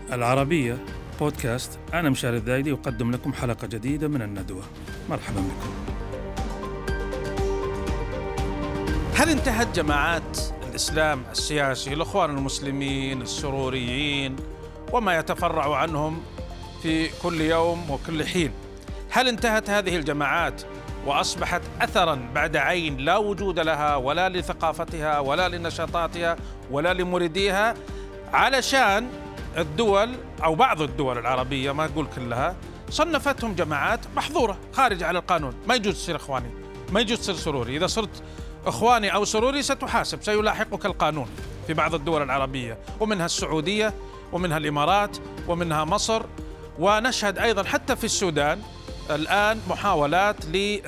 العربية بودكاست. أنا مشاري الذايدي أقدم لكم حلقة جديدة من الندوة. مرحبا بكم. هل انتهت جماعات الإسلام السياسي، الإخوان المسلمين، السروريين وما يتفرع عنهم في كل يوم وكل حين، هل انتهت هذه الجماعات وأصبحت أثراً بعد عين لا وجود لها ولا لثقافتها ولا لنشاطاتها ولا لمريديها، علشان الدول أو بعض الدول العربية، ما أقول كلها، صنفتهم جماعات محظورة خارج على القانون؟ ما يجوز تصير إخواني، ما يجوز تصير سروري. إذا صرت إخواني أو سروري ستحاسب، سيلاحقك القانون في بعض الدول العربية، ومنها السعودية ومنها الإمارات ومنها مصر. ونشهد أيضا حتى في السودان الآن محاولات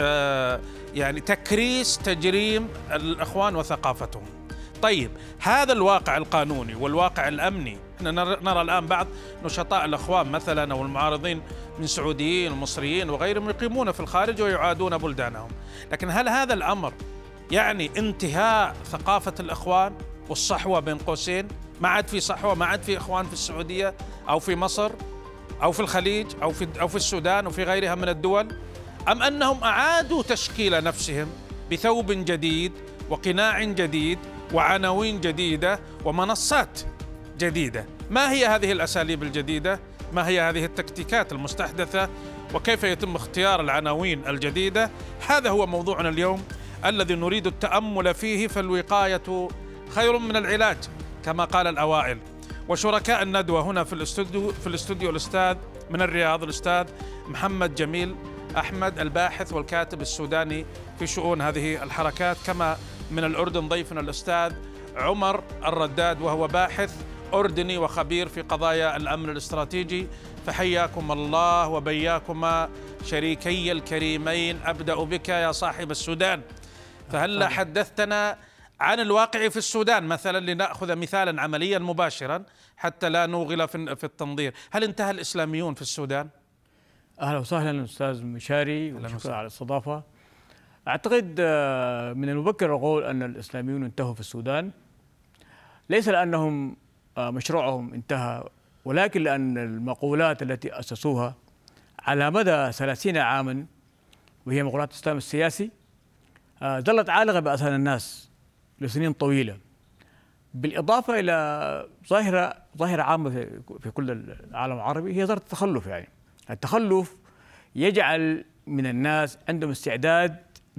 يعني تكريس تجريم الإخوان وثقافتهم. طيب، هذا الواقع القانوني والواقع الأمني، احنا نرى الآن بعض نشطاء الإخوان مثلا أو المعارضين من سعوديين ومصريين وغيرهم يقيمون في الخارج ويعادون بلدانهم. لكن هل هذا الأمر يعني انتهاء ثقافة الإخوان والصحوة بين قوسين؟ ما عاد في صحوة، ما عاد في إخوان في السعودية أو في مصر أو في الخليج أو في السودان وفي غيرها من الدول؟ أم أنهم أعادوا تشكيل نفسهم بثوب جديد وقناع جديد وعناوين جديدة ومنصات جديدة؟ ما هي هذه الأساليب الجديدة؟ ما هي هذه التكتيكات المستحدثة؟ وكيف يتم اختيار العناوين الجديدة؟ هذا هو موضوعنا اليوم الذي نريد التأمل فيه، فالوقاية خير من العلاج كما قال الأوائل. وشركاء الندوة هنا في الاستوديو الأستاذ من الرياض الأستاذ محمد جميل أحمد، الباحث والكاتب السوداني في شؤون هذه الحركات، كما من الأردن ضيفنا الأستاذ عمر الرداد، وهو باحث أردني وخبير في قضايا الأمن الاستراتيجي. فحياكم الله وبياكما شريكي الكريمين. أبدأ بك يا صاحب السودان، فهلا حدثتنا عن الواقع في السودان مثلا، لنأخذ مثالا عمليا مباشرا حتى لا نوغل في التنظير. هل انتهى الإسلاميون في السودان؟ أهلا وسهلا أستاذ مشاري، وشكرا على الاستضافة. أعتقد من المبكر أقول أن الإسلاميون انتهوا في السودان، ليس لأنهم مشروعهم انتهى، ولكن لأن المقولات التي أسسوها على مدى 30 عاما، وهي مقولات الإسلام السياسي، ظلت عالقة بأذهان الناس لسنين طويلة، بالإضافة إلى ظاهرة عامة في كل العالم العربي، هي ظاهرة التخلف. يعني التخلف يجعل من الناس عندهم استعداد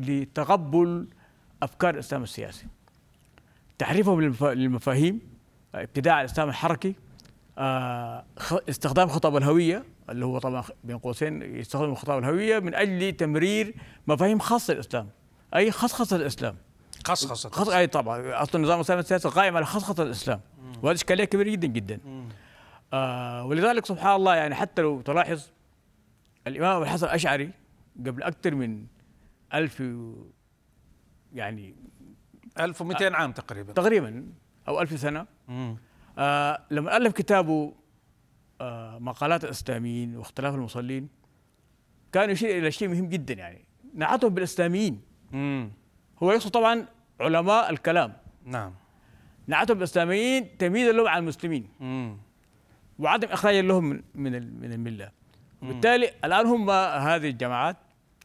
لتقبل أفكار الإسلام السياسي، تحريفهم للمفاهيم، ابتداع الإسلام الحركي، استخدام خطاب الهوية، اللي هو طبعا بين قوسين يستخدم خطاب الهوية من أجل تمرير مفاهيم خاصة الإسلام، أي خصخصة الإسلام. أي طبعا أصلا نظام الإسلام السياسي قائم على خصخصة الإسلام، وهذا إشكالية كبيرة جدا جدا. ولذلك سبحان الله، يعني حتى لو تلاحظ الإمام أبو الحسن الأشعري قبل أكثر من 1200 عام تقريبا أو 1000 سنة، لما ألف كتابه مقالات الإسلاميين واختلاف المصلين، كان يشير إلى شيء مهم جدا، يعني نعتهم بالإسلاميين. هو يقصد طبعا علماء الكلام، نعم، نعتهم بالإسلاميين تمييزا لهم عن المسلمين وعدم إخراجا لهم من الملة. وبالتالي الآن هم هذه الجماعات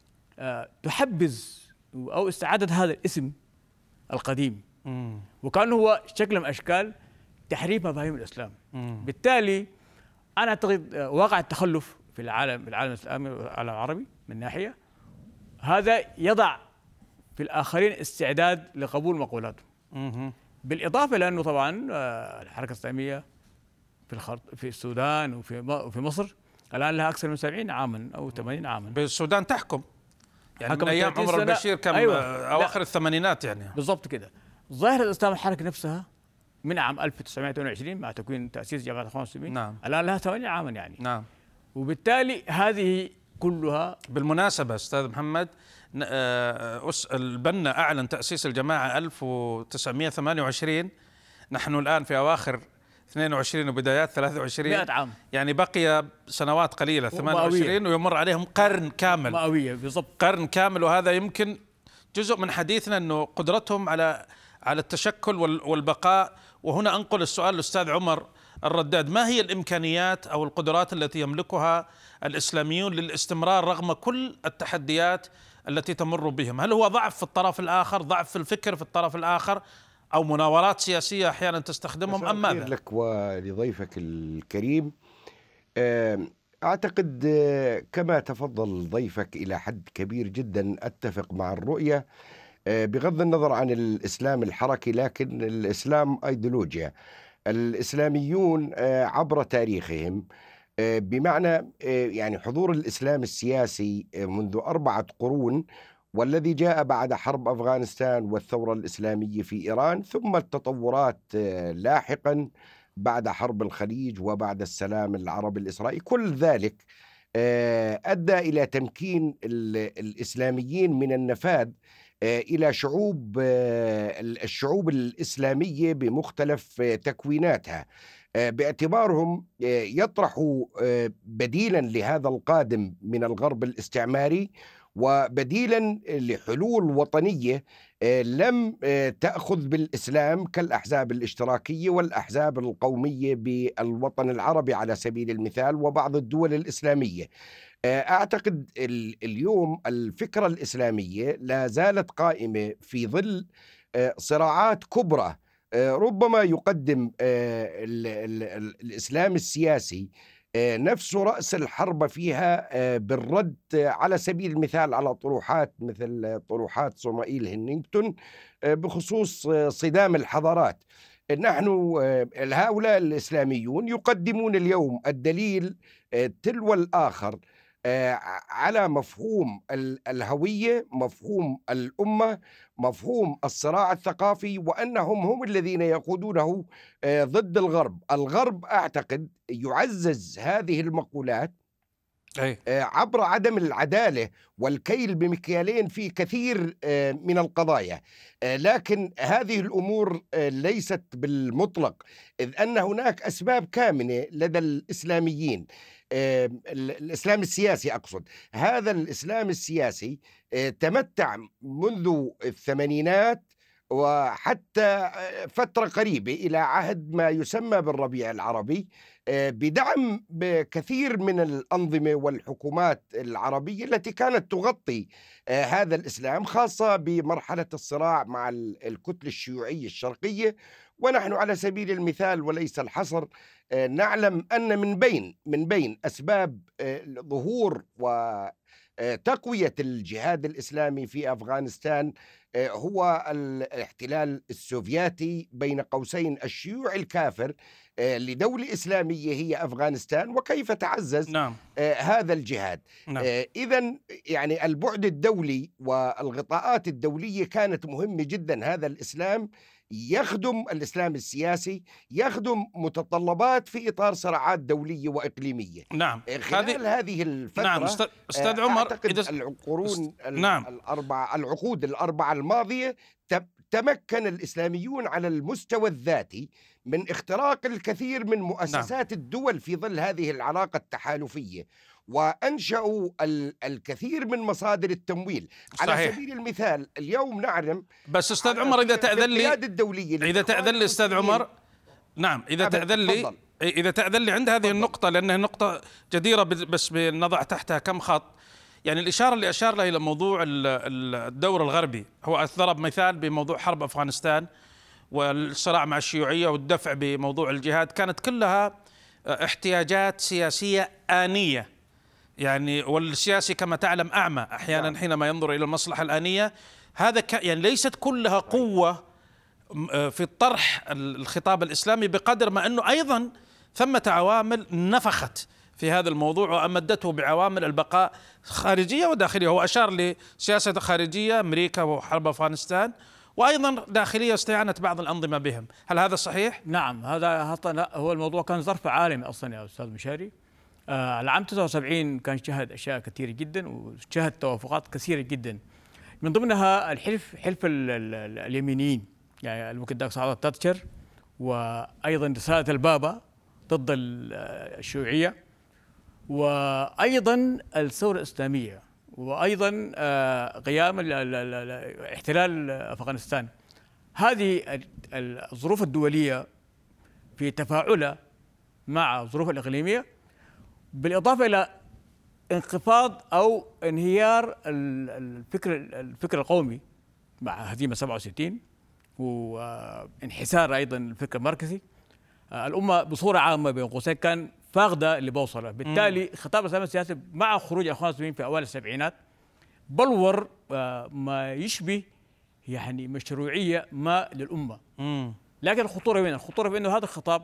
تحبذ أو استعادت هذا الاسم القديم، وكان هو شكل من أشكال تحريف مفاهيم الإسلام. بالتالي أنا أعتقد واقع التخلف في العالم الإسلامي والعالم العربي من ناحية، هذا يضع في الآخرين استعداد لقبول مقولاتهم. بالإضافة لأنه طبعا الحركة الإسلامية في السودان وفي مصر الآن لها أكثر من 70 عاما أو 80 عاما. بالسودان تحكم يعني من أيام عمر البشير، كم أواخر الثمانينات يعني. بالضبط كده. ظاهرة الإسلام الحركة نفسها من عام 1922 مع تكوين تأسيس جماعة الإخوان المسلمين، نعم، الآن لها 8 عاما يعني. نعم. وبالتالي هذه كلها. بالمناسبة أستاذ محمد، البنا أعلن تأسيس الجماعة 1928، نحن الآن في أواخر 22 وبدايات 23، 100 عام، يعني بقي سنوات قليلة، 28 ويمر عليهم قرن كامل، مئوية بالضبط، قرن كامل. وهذا يمكن جزء من حديثنا، أنه قدرتهم على التشكل والبقاء. وهنا أنقل السؤال للأستاذ عمر الرداد. ما هي الإمكانيات أو القدرات التي يملكها الإسلاميون للاستمرار رغم كل التحديات التي تمر بهم؟ هل هو ضعف في الطرف الآخر، ضعف في الفكر في الطرف الآخر، أو مناورات سياسية أحيانا تستخدمهم، أم ماذا؟ لك ولضيفك الكريم. أعتقد كما تفضل ضيفك إلى حد كبير جدا أتفق مع الرؤية، بغض النظر عن الإسلام الحركي، لكن الإسلام أيديولوجيا. الإسلاميون عبر تاريخهم، بمعنى يعني حضور الإسلام السياسي منذ 4 قرون، والذي جاء بعد حرب أفغانستان والثورة الإسلامية في إيران، ثم التطورات لاحقا بعد حرب الخليج وبعد السلام العربي الإسرائيلي، كل ذلك أدى إلى تمكين الإسلاميين من النفاذ إلى الشعوب الإسلامية بمختلف تكويناتها، باعتبارهم يطرحوا بديلا لهذا القادم من الغرب الاستعماري، وبديلا لحلول وطنية لم تأخذ بالإسلام كالأحزاب الاشتراكية والأحزاب القومية بالوطن العربي على سبيل المثال وبعض الدول الإسلامية. أعتقد اليوم الفكرة الإسلامية لا زالت قائمة في ظل صراعات كبرى. ربما يقدم الإسلام السياسي نفس رأس الحرب فيها بالرد على سبيل المثال على طروحات مثل طروحات صومائيل هنينغتون بخصوص صدام الحضارات. نحن هؤلاء الإسلاميون يقدمون اليوم الدليل تلو الآخر على مفهوم الهوية، مفهوم الأمة، مفهوم الصراع الثقافي، وأنهم هم الذين يقودونه ضد الغرب. الغرب أعتقد يعزز هذه المقولات عبر عدم العدالة والكيل بمكيالين في كثير من القضايا، لكن هذه الأمور ليست بالمطلق، إذ أن هناك أسباب كامنة لدى الإسلاميين. الإسلام السياسي أقصد، هذا الإسلام السياسي تمتع منذ الثمانينات وحتى فترة قريبة إلى عهد ما يسمى بالربيع العربي بدعم كثير من الأنظمة والحكومات العربية التي كانت تغطي هذا الإسلام، خاصة بمرحلة الصراع مع الكتلة الشيوعية الشرقية. ونحن على سبيل المثال وليس الحصر نعلم أن من بين أسباب ظهور وتقوية الجهاد الإسلامي في أفغانستان هو الاحتلال السوفياتي بين قوسين الشيوعي الكافر لدولة إسلامية هي أفغانستان، وكيف تعزز هذا الجهاد. إذن يعني البعد الدولي والغطاءات الدولية كانت مهمة جدا. هذا الإسلام يخدم الإسلام السياسي، يخدم متطلبات في إطار صراعات دولية وإقليمية. خلال هذه الفترة أستاذ عمر، أعتقد القرون العقود الأربعة الماضية تمكن الإسلاميون على المستوى الذاتي من اختراق الكثير من مؤسسات الدول في ظل هذه العلاقة التحالفية، وأنشأوا الكثير من مصادر التمويل. على سبيل المثال اليوم نعلم، بس أستاذ عمر إذا تأذن لي، إذا تأذن لي أستاذ عمر، إذا تأذن لي عند هذه النقطة، لأنها نقطة جديرة بس بنضع تحتها كم خط. يعني الإشارة اللي أشار لها إلى موضوع الدور الغربي، هو ضرب مثال بموضوع حرب أفغانستان والصراع مع الشيوعية والدفع بموضوع الجهاد، كانت كلها احتياجات سياسية آنية. يعني والسياسي كما تعلم أعمى أحيانا حينما ينظر إلى المصلحة الآنية. هذا يعني ليست كلها قوة في الطرح الخطاب الإسلامي، بقدر ما أنه أيضا ثمة عوامل نفخت في هذا الموضوع وأمدته بعوامل البقاء خارجية وداخلية. هو أشار لسياسة خارجية أمريكا وحرب أفغانستان، وأيضا داخلية استعانت بعض الأنظمة بهم. هل هذا صحيح؟ نعم، هذا هو الموضوع كان ظرف عالمي أصلا يا أستاذ مشاري. العام 79 كان شهد أشياء كثيرة جدا وشهد توافقات كثيرة جدا، من ضمنها حلف اليمينيين، يعني الوقت ذاك سعادة تاتشر، وأيضا رسالة البابا ضد الشيوعية، وأيضا الثورة الإسلامية، وأيضا قيام احتلال أفغانستان. هذه الظروف الدولية في تفاعلها مع الظروف الإقليمية، بالإضافة إلى انخفاض أو انهيار الفكر القومي مع هزيمة 67 وانحسار أيضا الفكر الماركسي. الأمة بصورة عامة بين قوسين كان فاقدة اللي بوصله. بالتالي خطاب الإسلام السياسي مع خروج الإخوان المسلمين في أوائل السبعينات بلور ما يشبه يعني مشروعية ما للأمة. لكن الخطورة وين؟ الخطورة في أنه هذا الخطاب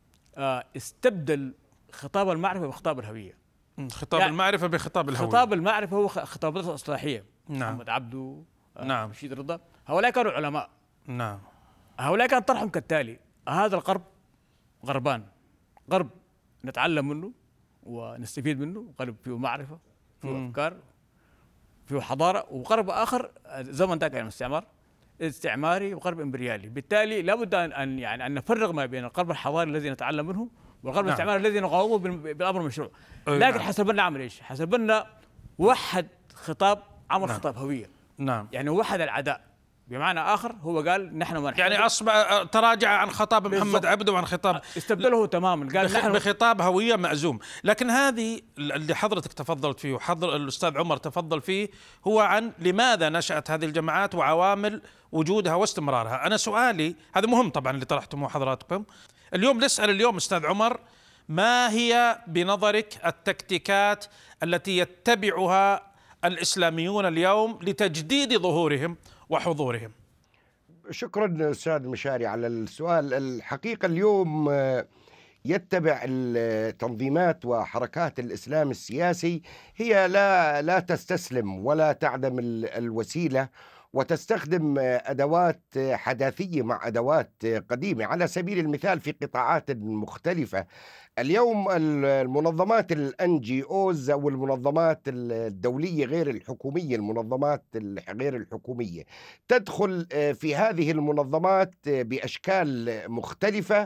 استبدل خطاب المعرفة بخطاب الهوية. خطاب يعني المعرفة بخطاب الهوية. خطاب المعرفة هو خطابات الإصلاحية. نعم. محمد عبده، نعم. رشيد رضا، هؤلاء كانوا علماء. نعم. هؤلاء كان طرحهم كالتالي: هذا الغرب غربان، غرب نتعلم منه ونستفيد منه، غرب فيه معرفة، فيه أفكار، فيه حضارة، وغرب آخر زمن ذاك كان استعماري وغرب إمبريالي. بالتالي لابد أن نفرق ما بين الغرب الحضاري الذي نتعلم منه والغرب الاستعماري الذي نقاومه بالأمر المشروع. لكن حسبنا عمل إيش؟ حسبنا وحد خطاب، عمل خطاب هوية. نعم. يعني وحد العداء. بمعنى آخر هو قال نحن ما يعني أصبح تراجع عن خطاب محمد عبده وعن خطاب، استبدله تماما، قال نحن بخطاب هوية مأزوم. لكن هذه اللي حضرتك تفضلت فيه وحضر الأستاذ عمر تفضل فيه هو عن لماذا نشأت هذه الجماعات وعوامل وجودها واستمرارها. أنا سؤالي هذا مهم طبعا اللي طرحتموه حضراتكم اليوم. نسأل اليوم أستاذ عمر، ما هي بنظرك التكتيكات التي يتبعها الإسلاميون اليوم لتجديد ظهورهم وحضورهم؟ شكرا أستاذ مشاري على السؤال. الحقيقة اليوم يتبع التنظيمات وحركات الإسلام السياسي هي لا تستسلم ولا تعدم الوسيلة، وتستخدم أدوات حداثية مع أدوات قديمة. على سبيل المثال في قطاعات مختلفة اليوم المنظمات الNGOs أو المنظمات الدولية غير الحكومية، المنظمات غير الحكومية تدخل في هذه المنظمات بأشكال مختلفة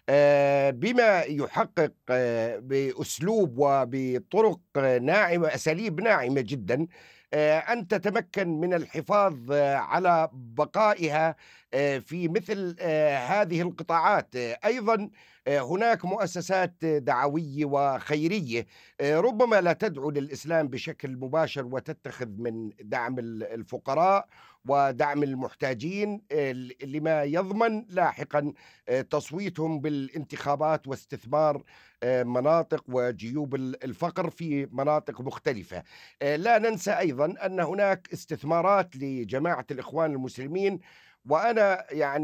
بما يحقق بأسلوب وبطرق ناعمة، أساليب ناعمة جدا أن تتمكن من الحفاظ على بقائها في مثل هذه القطاعات. أيضا هناك مؤسسات دعوية وخيرية ربما لا تدعو للإسلام بشكل مباشر وتتخذ من دعم الفقراء ودعم المحتاجين لما يضمن لاحقا تصويتهم بالانتخابات واستثمار مناطق وجيوب الفقر في مناطق مختلفة. لا ننسى أيضا أن هناك استثمارات لجماعة الإخوان المسلمين، وأنا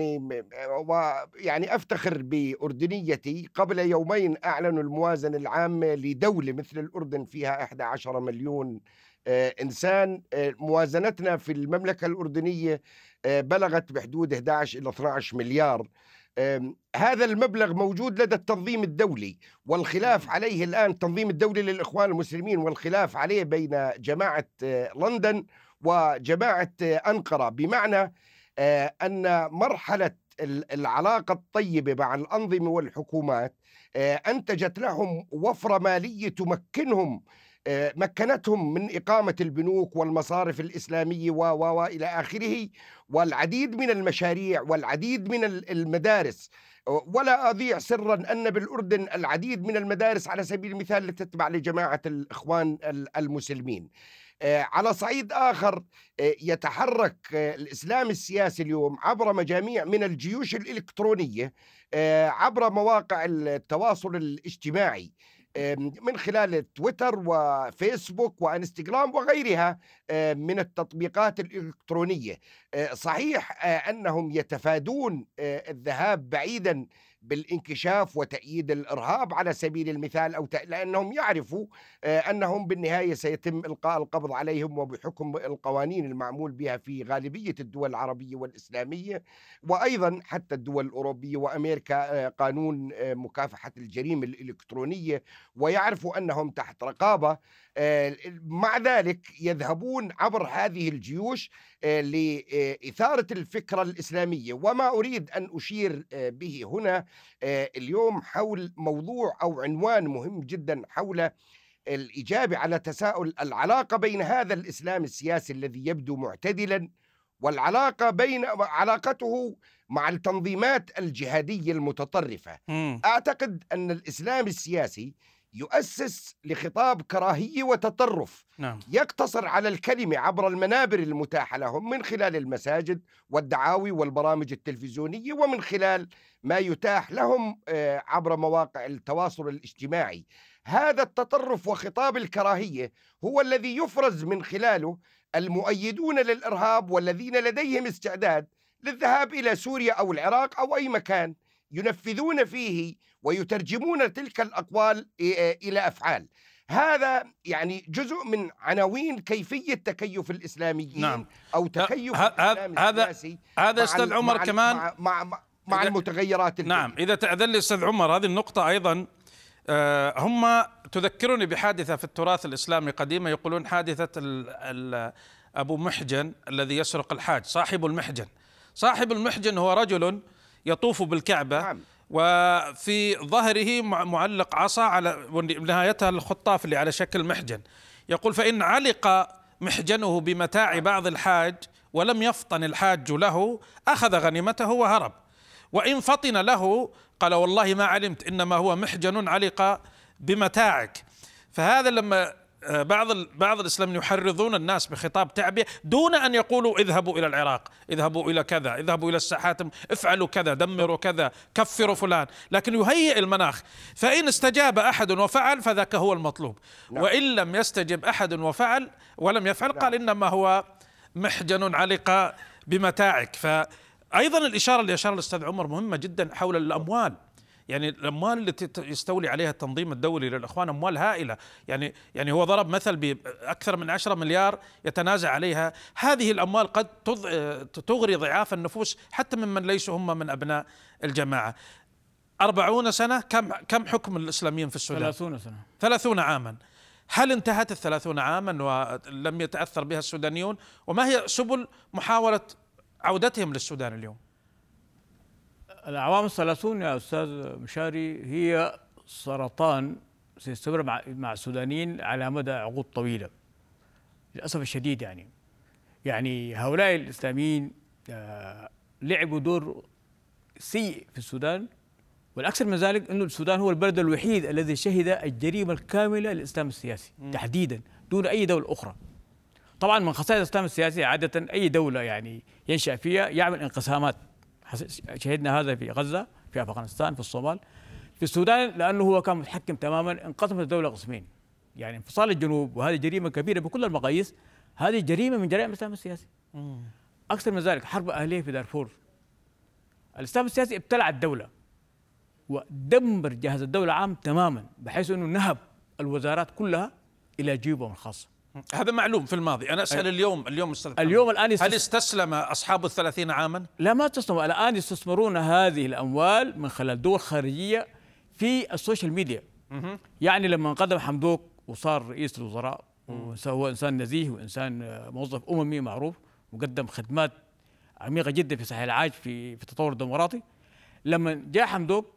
يعني أفتخر بأردنيتي. قبل يومين أعلنوا الموازنة العامة لدولة مثل الأردن فيها 11 مليون إنسان. موازنتنا في المملكة الأردنية بلغت بحدود 11 إلى 12 مليار. هذا المبلغ موجود لدى التنظيم الدولي، والخلاف عليه الآن التنظيم الدولي للإخوان المسلمين، والخلاف عليه بين جماعة لندن وجماعة أنقرة، بمعنى أن مرحلة العلاقة الطيبة مع الأنظمة والحكومات أنتجت لهم وفرة مالية مكنتهم من إقامة البنوك والمصارف الإسلامية وإلى آخره، والعديد من المشاريع والعديد من المدارس. ولا أضيع سرا أن بالأردن العديد من المدارس على سبيل المثال تتبع لجماعة الإخوان المسلمين. على صعيد آخر يتحرك الإسلام السياسي اليوم عبر مجاميع من الجيوش الإلكترونية، عبر مواقع التواصل الاجتماعي من خلال تويتر وفيسبوك وانستغرام وغيرها من التطبيقات الإلكترونية. صحيح أنهم يتفادون الذهاب بعيدا بالانكشاف وتأييد الإرهاب على سبيل المثال، لأنهم يعرفوا أنهم بالنهاية سيتم إلقاء القبض عليهم، وبحكم القوانين المعمول بها في غالبية الدول العربية والإسلامية وأيضا حتى الدول الأوروبية وأمريكا قانون مكافحة الجريمة الإلكترونية، ويعرفوا أنهم تحت رقابة. مع ذلك يذهبون عبر هذه الجيوش لإثارة الفكرة الإسلامية. وما أريد أن أشير به هنا اليوم حول موضوع أو عنوان مهم جدا حول الإجابة على تساؤل العلاقة بين هذا الإسلام السياسي الذي يبدو معتدلا والعلاقة بين علاقته مع التنظيمات الجهادية المتطرفة. أعتقد أن الإسلام السياسي يؤسس لخطاب كراهية وتطرف، نعم. يقتصر على الكلمة عبر المنابر المتاحة لهم من خلال المساجد والدعاوي والبرامج التلفزيونية، ومن خلال ما يتاح لهم عبر مواقع التواصل الاجتماعي. هذا التطرف وخطاب الكراهية هو الذي يفرز من خلاله المؤيدون للإرهاب، والذين لديهم استعداد للذهاب إلى سوريا أو العراق أو أي مكان ينفذون فيه ويترجمون تلك الأقوال إلى أفعال. هذا يعني جزء من عناوين كيفية تكيف الإسلاميين. نعم. أو تكيف الإسلام السياسي. هذا أستاذ عمر كمان مع المتغيرات الكبيرة. نعم، إذا تأذن لي أستاذ عمر، هذه النقطة أيضا هم تذكرني بحادثة في التراث الإسلامي قديما، يقولون حادثة أبو محجن الذي يسرق الحاج، صاحب المحجن. صاحب المحجن هو رجل يطوف بالكعبة. نعم. وفي ظهره معلق عصا على نهايتها الخطاف اللي على شكل محجن. يقول: فإن علق محجنه بمتاع بعض الحاج ولم يفطن الحاج له أخذ غنيمته وهرب، وإن فطن له قال: والله ما علمت، إنما هو محجن علق بمتاعك. فهذا لما بعض الإسلام يحرضون الناس بخطاب تعبئة دون أن يقولوا اذهبوا إلى العراق، اذهبوا إلى كذا، اذهبوا إلى الساحات، افعلوا كذا، دمروا كذا، كفروا فلان، لكن يهيئ المناخ. فإن استجاب أحد وفعل فذاك هو المطلوب. نعم. وإن لم يستجب أحد وفعل ولم يفعل قال: إنما هو محجن علق بمتاعك. فأيضا الإشارة اللي أشار الأستاذ عمر مهمة جدا حول الأموال. يعني الأموال التي يستولي عليها التنظيم الدولي للإخوان أموال هائلة. يعني هو ضرب مثل بأكثر من 10 مليار يتنازع عليها. هذه الأموال قد تغري ضعاف النفوس حتى ممن ليسوا هم من أبناء الجماعة. 40 سنة، كم حكم الإسلاميين في السودان؟ 30 سنة، 30 عاما. هل انتهت 30 عاما ولم يتأثر بها السودانيون؟ وما هي سبل محاولة عودتهم للسودان اليوم؟ الأعوام 30 يا أستاذ مشاري هي سرطان سيستمر مع السودانيين على مدى عقود طويلة للأسف الشديد. يعني هؤلاء الإسلاميين لعبوا دور سيء في السودان، والأكثر من ذلك أن السودان هو البلد الوحيد الذي شهد الجريمة الكاملة للإسلام السياسي تحديدا دون أي دولة أخرى. طبعا من خصائص الإسلام السياسي عادة أي دولة يعني ينشأ فيها يعمل انقسامات. شهدنا هذا في غزة، في أفغانستان، في الصومال. في السودان لأنه هو كان متحكم تماما انقسمت الدولة قسمين، يعني انفصال الجنوب، وهذه جريمة كبيرة بكل المقاييس. هذه جريمة من جرائم الإسلام السياسي. أكثر من ذلك حرب أهلية في دارفور. الإسلام السياسي ابتلع الدولة ودمر جهاز الدولة عام تماما، بحيث أنه نهب الوزارات كلها إلى جيوبهم الخاصة. هذا معلوم في الماضي. أنا أسأل اليوم الآن هل استسلم أصحاب 30 عاما؟ لا، ما استسلموا. الآن يستثمرون هذه الأموال من خلال دول خارجية في السوشيال ميديا. يعني لما انقدم حمدوك وصار رئيس الوزراء وهو إنسان نزيه وإنسان موظف أممي معروف وقدم خدمات عميقة جدا في ساحل العاج في التطور الديمقراطي، لما جاء حمدوك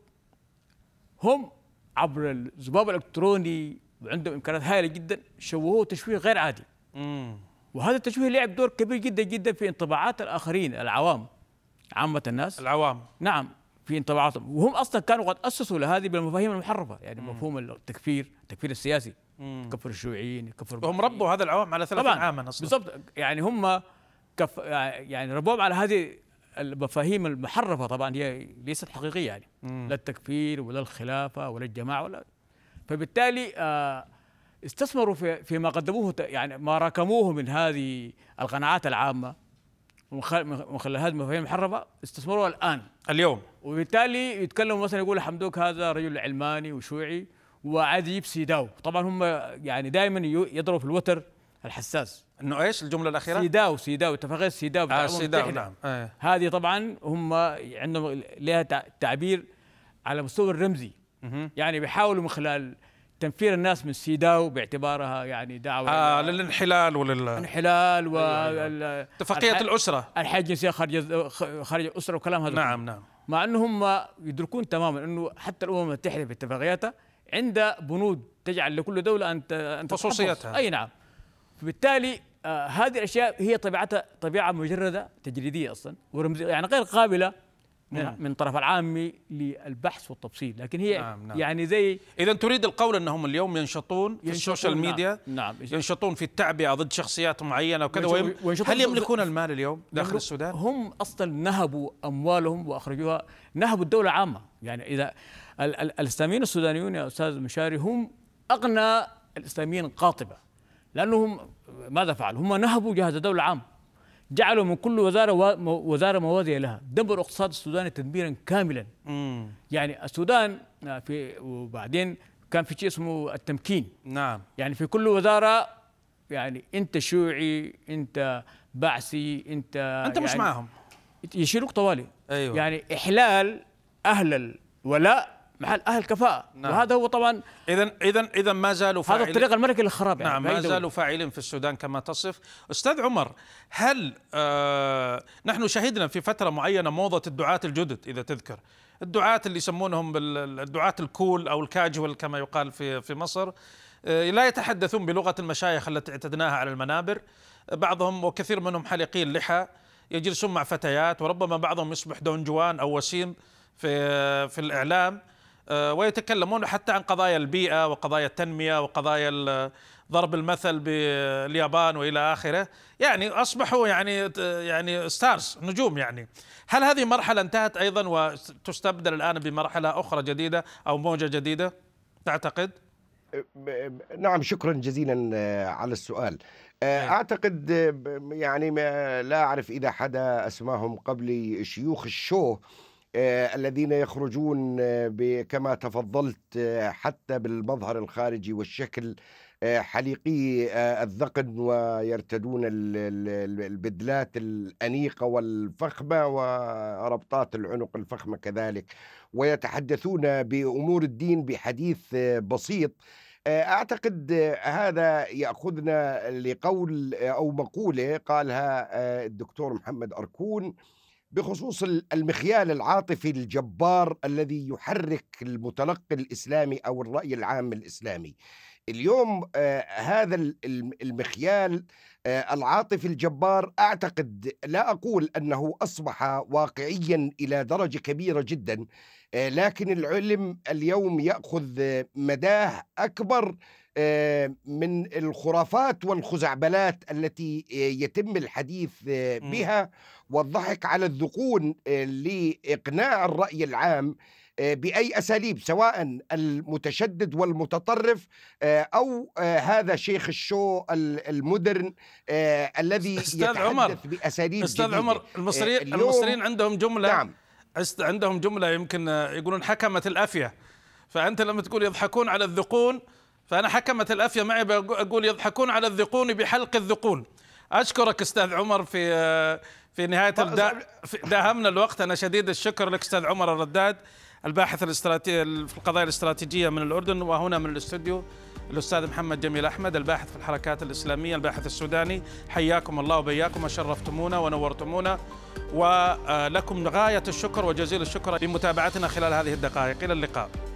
هم عبر الذباب الإلكتروني وعندهم إمكانات هائلة جدا شوهوه تشويه غير عادي. وهذا التشويه لعب دور كبير جدا جدا في انطباعات الآخرين، العوام، عامة الناس، العوام. نعم، في انطباعاتهم. وهم أصلا كانوا قد أسسوا لهذه بالمفاهيم المحرفة، يعني مفهوم التكفير السياسي، كفر الشيوعيين، هم ربوا هذا العوام على 30 عاما أصلا. بالضبط. يعني هم يعني ربوهم على هذه المفاهيم المحرفة. طبعا هي ليست حقيقية، يعني لا التكفير ولا الخلافة ولا الجماعة ولا. فبالتالي استثمروا فيما قدموه، يعني ما راكموه من هذه القناعات العامة من خلال هذه المفاهيم المحرفة، استثمروها الآن اليوم. وبالتالي يتكلموا مثلا يقول حمدوك هذا رجل علماني وشيوعي وعادي يجيب سيداو. طبعا هم يعني دائما يضربوا في الوتر الحساس. انه ايش الجمله الاخيره؟ سيداو اتفاقيه سيداو. سيداو، نعم. هذه طبعا هم عندهم لها تعبير على مستوى الرمزي. يعني بيحاولوا من خلال تنفير الناس من سيداو باعتبارها يعني دعوه للانحلال الانحلال اتفاقيه الاسره، الحياه الجنسيه خارج الاسره وكلام هذا. نعم. مع انهم يدركون تماما انه حتى الامم المتحده في اتفاقياتها عندها بنود تجعل لكل دوله ان خصوصيتها. اي نعم. فبالتالي هذه الاشياء هي طبيعتها طبيعه مجرده تجريديه اصلا ورمزيه، يعني غير قابله من طرف العامي للبحث والتفصيل، لكن هي نعم. يعني زي إذا تريد القول أنهم اليوم ينشطون في السوشيال ميديا، نعم. ينشطون في التعبئة ضد شخصيات معينة وكذا، هل يملكون المال اليوم داخل السودان؟ هم أصلا نهبوا أموالهم وأخرجوها، نهبوا الدولة عامة. يعني إذا الإسلاميين السودانيون يا أستاذ مشاري هم أغنى الإسلاميين قاطبة، لأنهم ماذا فعلوا؟ هم نهبوا جهاز الدولة عام، جعلوا من كل وزارة موازية لها، دمروا الاقتصاد السوداني تدميرا كاملا. يعني السودان وبعدين كان في شيء اسمه التمكين. نعم. يعني في كل وزارة يعني أنت شيوعي، أنت بعثي، أنت مش يعني معهم، يشيلوك طوالي. أيوة. يعني إحلال أهل الولاء محل أهل الكفاءة. نعم. وهذا هو طبعا إذا ما زالوا فاعلين، هذا الطريق الملكي للخراب. نعم. يعني ما زالوا فاعلين في السودان كما تصف. أستاذ عمر، هل نحن شهدنا في فترة معينة موضة الدعاة الجدد، إذا تذكر الدعاة اللي يسمونهم بالدعاة الكول أو الكاجوال كما يقال في مصر، لا يتحدثون بلغة المشايخ التي اعتدناها على المنابر، بعضهم وكثير منهم حالقي اللحى، يجلسون مع فتيات، وربما بعضهم يصبح دون جوان أو وسيم في الإعلام، ويتكلمون حتى عن قضايا البيئة وقضايا التنمية وقضايا ضرب المثل باليابان وإلى آخره. يعني أصبحوا يعني ستارز، نجوم. يعني هل هذه مرحلة انتهت أيضا وتستبدل الآن بمرحلة أخرى جديدة أو موجة جديدة تعتقد؟ نعم، شكرا جزيلا على السؤال. أعتقد يعني لا أعرف إذا حدا أسماهم قبلي شيوخ الشو الذين يخرجون كما تفضلت حتى بالمظهر الخارجي والشكل، حليقي الذقن، ويرتدون البدلات الأنيقة والفخمة وربطات العنق الفخمة كذلك، ويتحدثون بأمور الدين بحديث بسيط. أعتقد هذا يأخذنا لقول أو مقولة قالها الدكتور محمد أركون بخصوص المخيال العاطفي الجبار الذي يحرك المتلقي الإسلامي أو الرأي العام الإسلامي اليوم. هذا المخيال العاطفي الجبار، أعتقد لا أقول أنه أصبح واقعيا إلى درجة كبيرة جدا، لكن العلم اليوم يأخذ مداه أكبر من الخرافات والخزعبلات التي يتم الحديث بها والضحك على الذقون لإقناع الرأي العام بأي أساليب، سواء المتشدد والمتطرف أو هذا شيخ الشو المودرن الذي يتحدث بأساليب أستاذ جديدة. عمر، المصريين عندهم جملة. نعم. عندهم جملة يمكن يقولون حكمت الأفية، فأنت لما تقول يضحكون على الذقون، فأنا حكمت الأفية معي بقول يضحكون على الذقون بحلق الذقون. أشكرك أستاذ عمر في نهاية داهمنا الوقت. أنا شديد الشكر لك أستاذ عمر الرداد، الباحث الاستراتيجي في القضايا الاستراتيجية من الأردن، وهنا من الاستوديو الأستاذ محمد جميل أحمد، الباحث في الحركات الإسلامية، الباحث السوداني. حياكم الله وبياكم وشرفتمونا ونورتمونا، ولكم غاية الشكر وجزيل الشكر لمتابعتنا خلال هذه الدقائق. إلى اللقاء.